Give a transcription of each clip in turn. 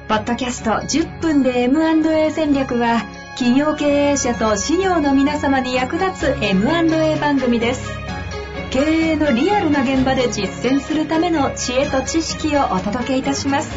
ポッドキャスト10分で M&A 戦略は、企業経営者と事業の皆様に役立つ M&A 番組です。経営のリアルな現場で実践するための知恵と知識をお届けいたします。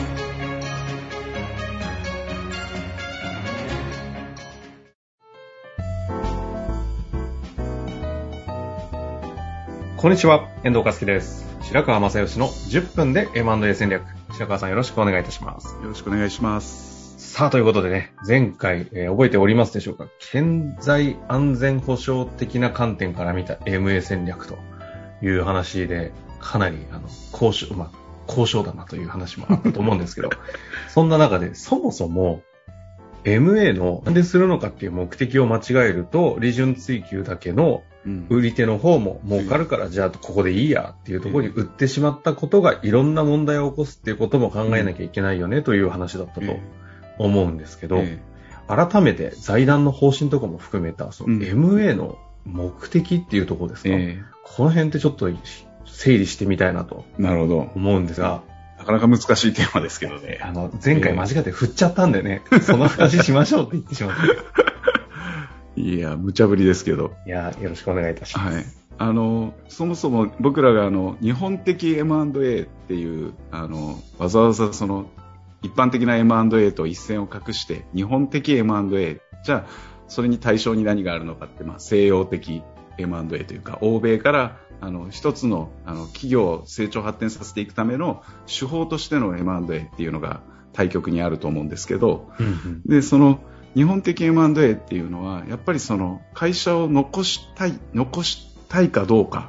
こんにちは、遠藤和樹です。白川正義の10分で M&A 戦略。白川さん、よろしくお願いいたします。 よろしくお願いします。 さあ、ということでね、前回、覚えておりますでしょうか。経済安全保障的な観点から見た MA 戦略という話で、かなり高尚だなという話もあったと思うんですけど、そんな中でそもそも MA のなんでするのかっていう目的を間違えると、利潤追求だけの売り手の方も儲かるから、じゃあここでいいやっていうところに売ってしまったことがいろんな問題を起こすっていうことも考えなきゃいけないよねという話だったと思うんですけど、改めて財団の方針とかも含めたその MA の目的っていうところですか、この辺ってちょっと整理してみたいなと思うんですが、 なかなか難しいテーマですけどね。 前回間違って振っちゃったんでね、その話しましょうって言ってしまった。 いや、無茶ぶりですけど。 いや、よろしくお願いいたします。はい。 そもそも僕らが日本的 M&A っていう、わざわざその、一般的な M&A と一線を画して、日本的 M&A、じゃあ、それに対象に何があるのかって、西洋的 M&A というか、欧米から、一つの、企業を成長発展させていくための手法としての M&A っていうのが対極にあると思うんですけど、で、その、日本的 M&A っていうのはやっぱりその会社を残したいかどうか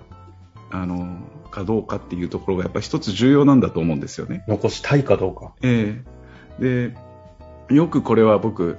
っていうところがやっぱり一つ重要なんだと思うんですよね。 残したいかどうか。 で、よくこれは僕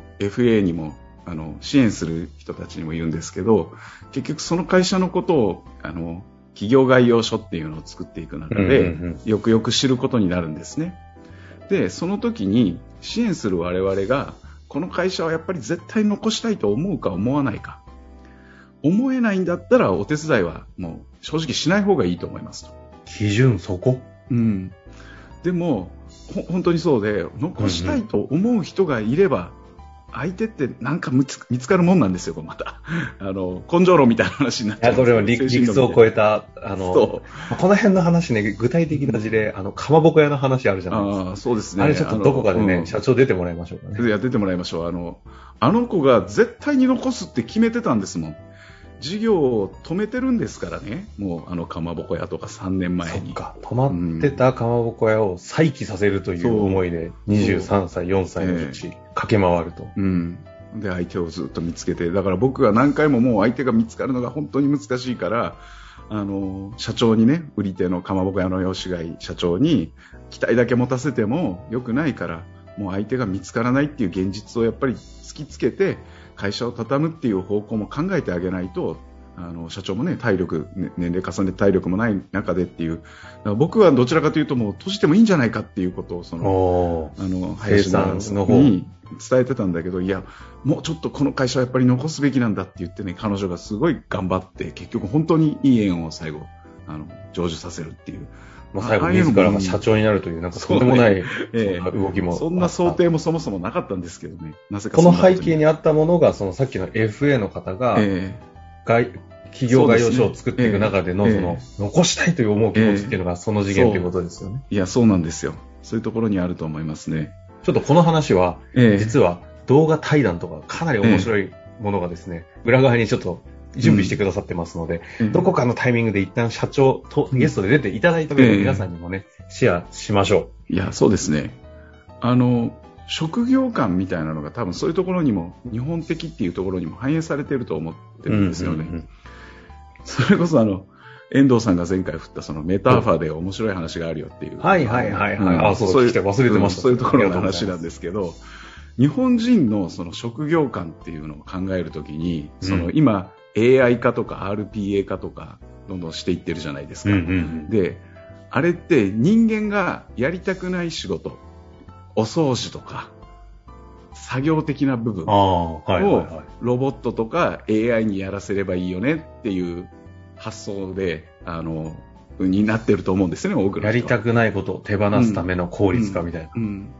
FA にも支援する人たちにも言うんですけど、結局その会社のことを企業概要書っていうのを作っていく中で、よくよく知ることになるんですね。で、その時に支援する我々がこの会社はやっぱり絶対残したいと思うか思わないか。思えないんだったらお手伝いはもう正直しない方がいいと思いますと。 基準そこ？ でも本当にそうで、残したいと思う人がいれば、相手ってなんか見つかるもんなんですよ、また。根性論みたいな話になっちゃう。 それは理屈を超えた、この辺の話ね、具体的な事例、かまぼこ屋の話あるじゃないですか。 そうですね。 あれちょっとどこかでね、社長出てもらいましょうかね。 いや、出てもらいましょう。あの子が絶対に残すって決めてたんですもん。事業を止めてるんですからね。もうかまぼこ屋とか3年前に。 そっか、止まってたかまぼこ屋を再起させるという思いで、23歳、4歳のうち駆け回ると。 で、相手をずっと見つけて、だから僕は何回ももう相手が見つかるのが本当に難しいから、社長にね、売り手のかまぼこ屋の吉貝社長に期待だけ持たせても良くないから、もう相手が見つからないっていう現実をやっぱり突きつけて、会社を畳むっていう方向も考えてあげないと、社長もね、年齢重ねて体力もない中でっていう、僕はどちらかというともう閉じてもいいんじゃないかっていうことを林さんに伝えてたんだけど、いや、もうちょっとこの会社はやっぱり残すべきなんだって言ってね、彼女がすごい頑張って、結局本当にいい縁を最後成就させるっていう。 最後自らが社長になるという、なんかとんでもない動きも。 そんな想定もそもそもなかったんですけどね。 なぜかこの背景にあったものが、そのさっきの FA の方が、企業概要書を作っていく中での、残したいという思う気持ちっていうのがその次元ということですよね。 いや、そうなんですよ。そういうところにあると思いますね。 ちょっとこの話は、実は動画対談とかかなり面白いものがですね、裏側にちょっと準備してくださってますので、どこかのタイミングで一旦社長とゲストで出ていただいた上で皆さんにもね、シェアしましょう。いや、そうですね。職業観みたいなのが多分そういうところにも、日本的っていうところにも反映されていると思ってるんですよね。それこそ遠藤さんが前回振ったそのメタファーで面白い話があるよっていう。 そう忘れてました。 そういうところの話なんですけど、日本人のその職業観っていうのを考えるときに、今、AI 化とか RPA 化とかどんどんしていってるじゃないですか。で、あれって人間がやりたくない仕事、お掃除とか作業的な部分をロボットとか AI にやらせればいいよねっていう発想でになってると思うんですよね、多くの人は。 やりたくないことを手放すための効率化みたいな。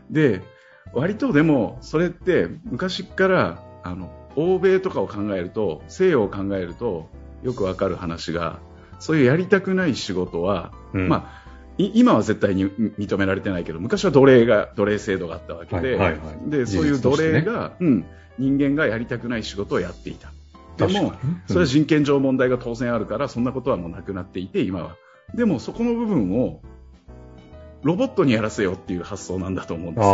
で、割とでもそれって昔から欧米とかを考えると、西洋を考えるとよくわかる話が、そういうやりたくない仕事は、まあ今は絶対に認められてないけど、昔は奴隷制度があったわけで、でそういう奴隷が、人間がやりたくない仕事をやっていた。でもそれは人権上問題が当然あるから、そんなことはもうなくなっていて、今は。でもそこの部分をロボットにやらせようっていう発想なんだと思うん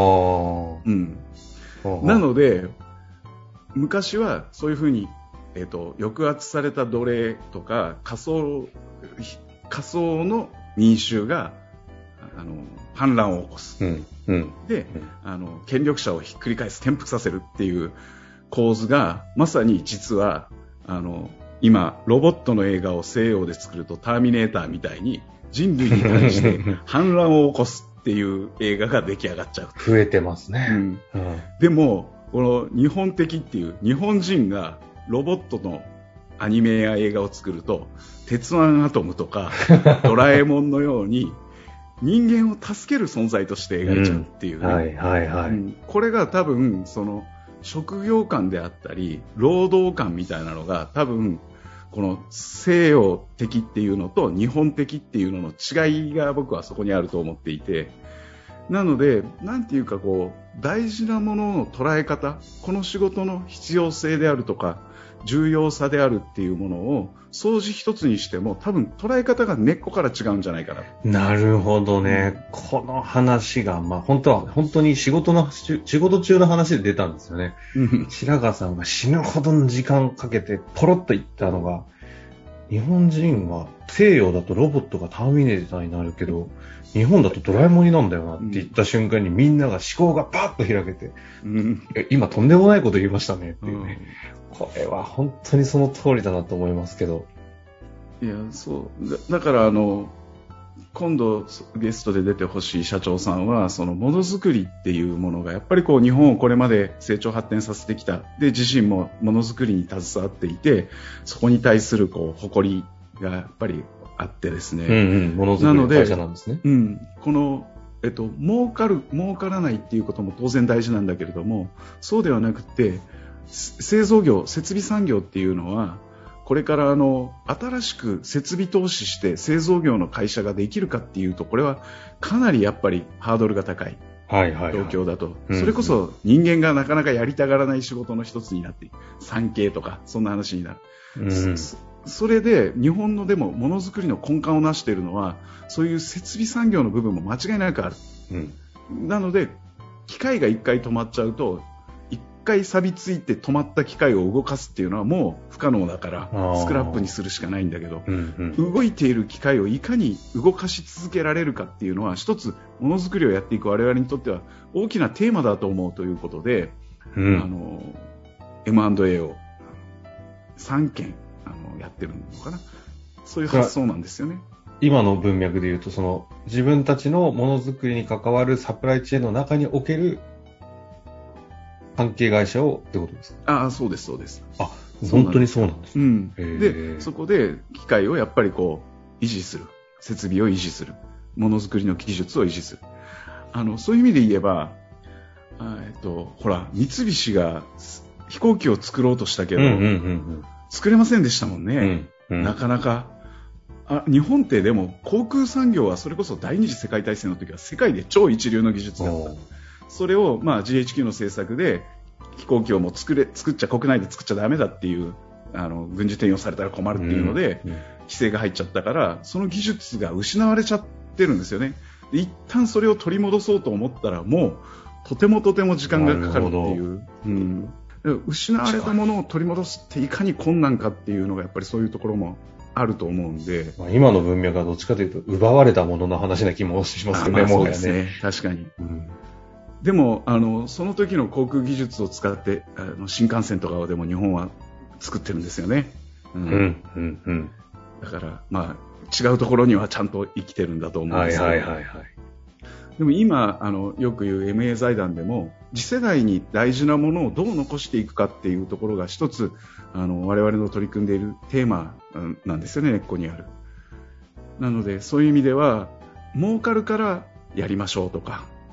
ですよね。なので昔はそういうふうに、抑圧された奴隷とか仮想の民衆が反乱を起こす、で、権力者をひっくり返す、転覆させるっていう構図が、まさに実は今ロボットの映画を西洋で作るとターミネーターみたいに人類に対して反乱を起こすっていう映画が出来上がっちゃう。 増えてますね。 でもこの日本的っていう、日本人がロボットのアニメや映画を作ると、鉄腕アトムとかドラえもんのように人間を助ける存在として描いちゃうっていうね。これが多分その職業観であったり労働観みたいなのが、多分この西洋的っていうのと日本的っていうのの違いが僕はそこにあると思っていて、なのでなんていうかこう大事なものの捉え方、この仕事の必要性であるとか重要さであるっていうものを掃除一つにしても多分捉え方が根っこから違うんじゃないかな。 なるほどね。この話が、本当に仕事中の話で出たんですよね。白川さんが死ぬほどの時間かけてポロッと言ったのが、日本人は西洋だとロボットがターミネーターになるけど、日本だとドラえもんになんだよなって言った瞬間に、みんなが思考がパッと開けて、今とんでもないこと言いましたねっていうね。これは本当にその通りだなと思いますけど。 いや、そうだから今度ゲストで出てほしい社長さんは、そのものづくりっていうものがやっぱりこう日本をこれまで成長発展させてきた。で、自身もものづくりに携わっていて、そこに対するこう誇りがやっぱりあってですね。 ものづくりの会社なんですね。 この儲からないっていうことも当然大事なんだけれども、そうではなくて製造業、設備産業っていうのはこれから新しく設備投資して製造業の会社ができるかっていうと、これはかなりやっぱりハードルが高い状況だと、それこそ人間がなかなかやりたがらない仕事の一つになって、産経とかそんな話になる。それで日本のでもものづくりの根幹を成しているのは、そういう設備産業の部分も間違いなくある。なので機械が一回止まっちゃうと、一回錆びついて止まった機械を動かすっていうのはもう不可能だから、スクラップにするしかないんだけど、動いている機械をいかに動かし続けられるかっていうのは、一つものづくりをやっていく我々にとっては大きなテーマだと思うということで、M&A を3件やってるのかな。そういう発想なんですよね。 今の文脈で言うと、その自分たちのものづくりに関わるサプライチェーンの中における関係会社をってことですか？ そうです、そうです。 本当にそうなんですね。 で、そこで機械をやっぱりこう維持する、設備を維持する、ものづくりの技術を維持する。そういう意味で言えば、ほら、三菱が飛行機を作ろうとしたけど、作れませんでしたもんね。なかなか。日本ってでも航空産業はそれこそ第二次世界大戦の時は世界で超一流の技術だった。それをGHQ の政策で飛行機をもう国内で作っちゃダメだっていう軍事転用されたら困るっていうので、規制が入っちゃったから、その技術が失われちゃってるんですよね。で、一旦それを取り戻そうと思ったらもうとても時間がかかるっていう。失われたものを取り戻すっていかに困難かっていうのがやっぱりそういうところもあると思うんで、 今の文脈はどっちかというと奪われたものの話な気もしますけどね。 そうですね、確かに。でもその時の航空技術を使って新幹線とかでも日本は作ってるんですよね。だから違うところにはちゃんと生きてるんだと思うんですけど、でも今よく言う MA 財団でも、次世代に大事なものをどう残していくかっていうところが一つ我々の取り組んでいるテーマなんですよね、根っこにある。なのでそういう意味では、儲かるからやりましょうとか、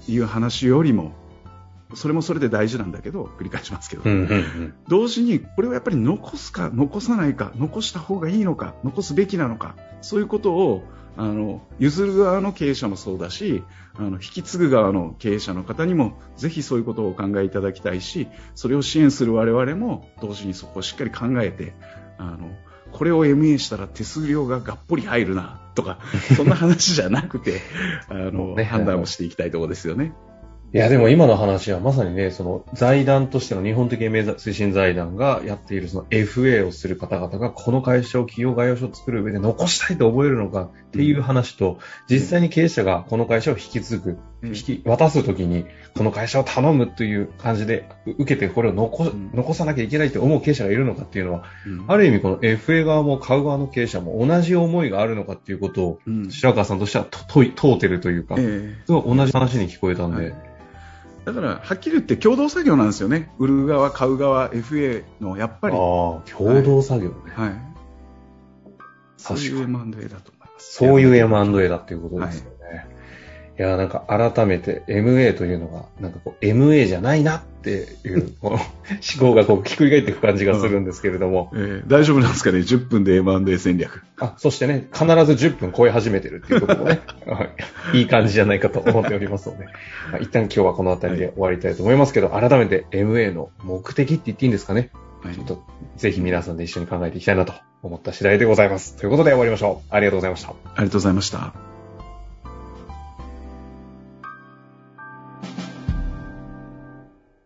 いう話よりも、それもそれで大事なんだけど、繰り返しますけど、 うんうんうん、 同時にこれをやっぱり残すか残さないか、残した方がいいのか、残すべきなのか、そういうことを譲る側の経営者もそうだし、引き継ぐ側の経営者の方にもぜひそういうことをお考えいただきたいし、それを支援する我々も同時にそこをしっかり考えて、これを MA したら手数料ががっぽり入るなとか、そんな話じゃなくて判断をしていきたいところですよね。 いや、でも今の話はまさにね、その財団としての日本的 MA 推進財団がやっているその FA をする方々がこの会社を企業概要書を作る上で残したいと思えるのかっていう話と、実際に経営者がこの会社を引き継ぐ、渡すときにこの会社を頼むという感じで受けてこれを残さなきゃいけないと思う経営者がいるのかっていうのは、ある意味この FA 側も買う側の経営者も同じ思いがあるのかっていうことを、白川さんとしては問うてるというか、すごい同じ話に聞こえたんで、 だからはっきり言って共同作業なんですよね。売る側買う側 FA のやっぱり共同作業ね、 はい、そういう M&A だと思います。 そういう M&A だっていうことですよね、はい。いや、なんか改めて MA というのがなんかこう MA じゃないなっていうこの思考がこうひっくり返っていく感じがするんですけれども、 大丈夫なんですかね、10分で M&A 戦略。 そしてね、必ず10分超え始めてるっていうこともねいい感じじゃないかと思っておりますので、一旦今日はこの辺りで終わりたいと思いますけど、改めて MA の目的って言っていいんですかね、ちょっとぜひ皆さんで一緒に考えていきたいなと思った次第でございます。ということで終わりましょう。ありがとうございました。 ありがとうございました。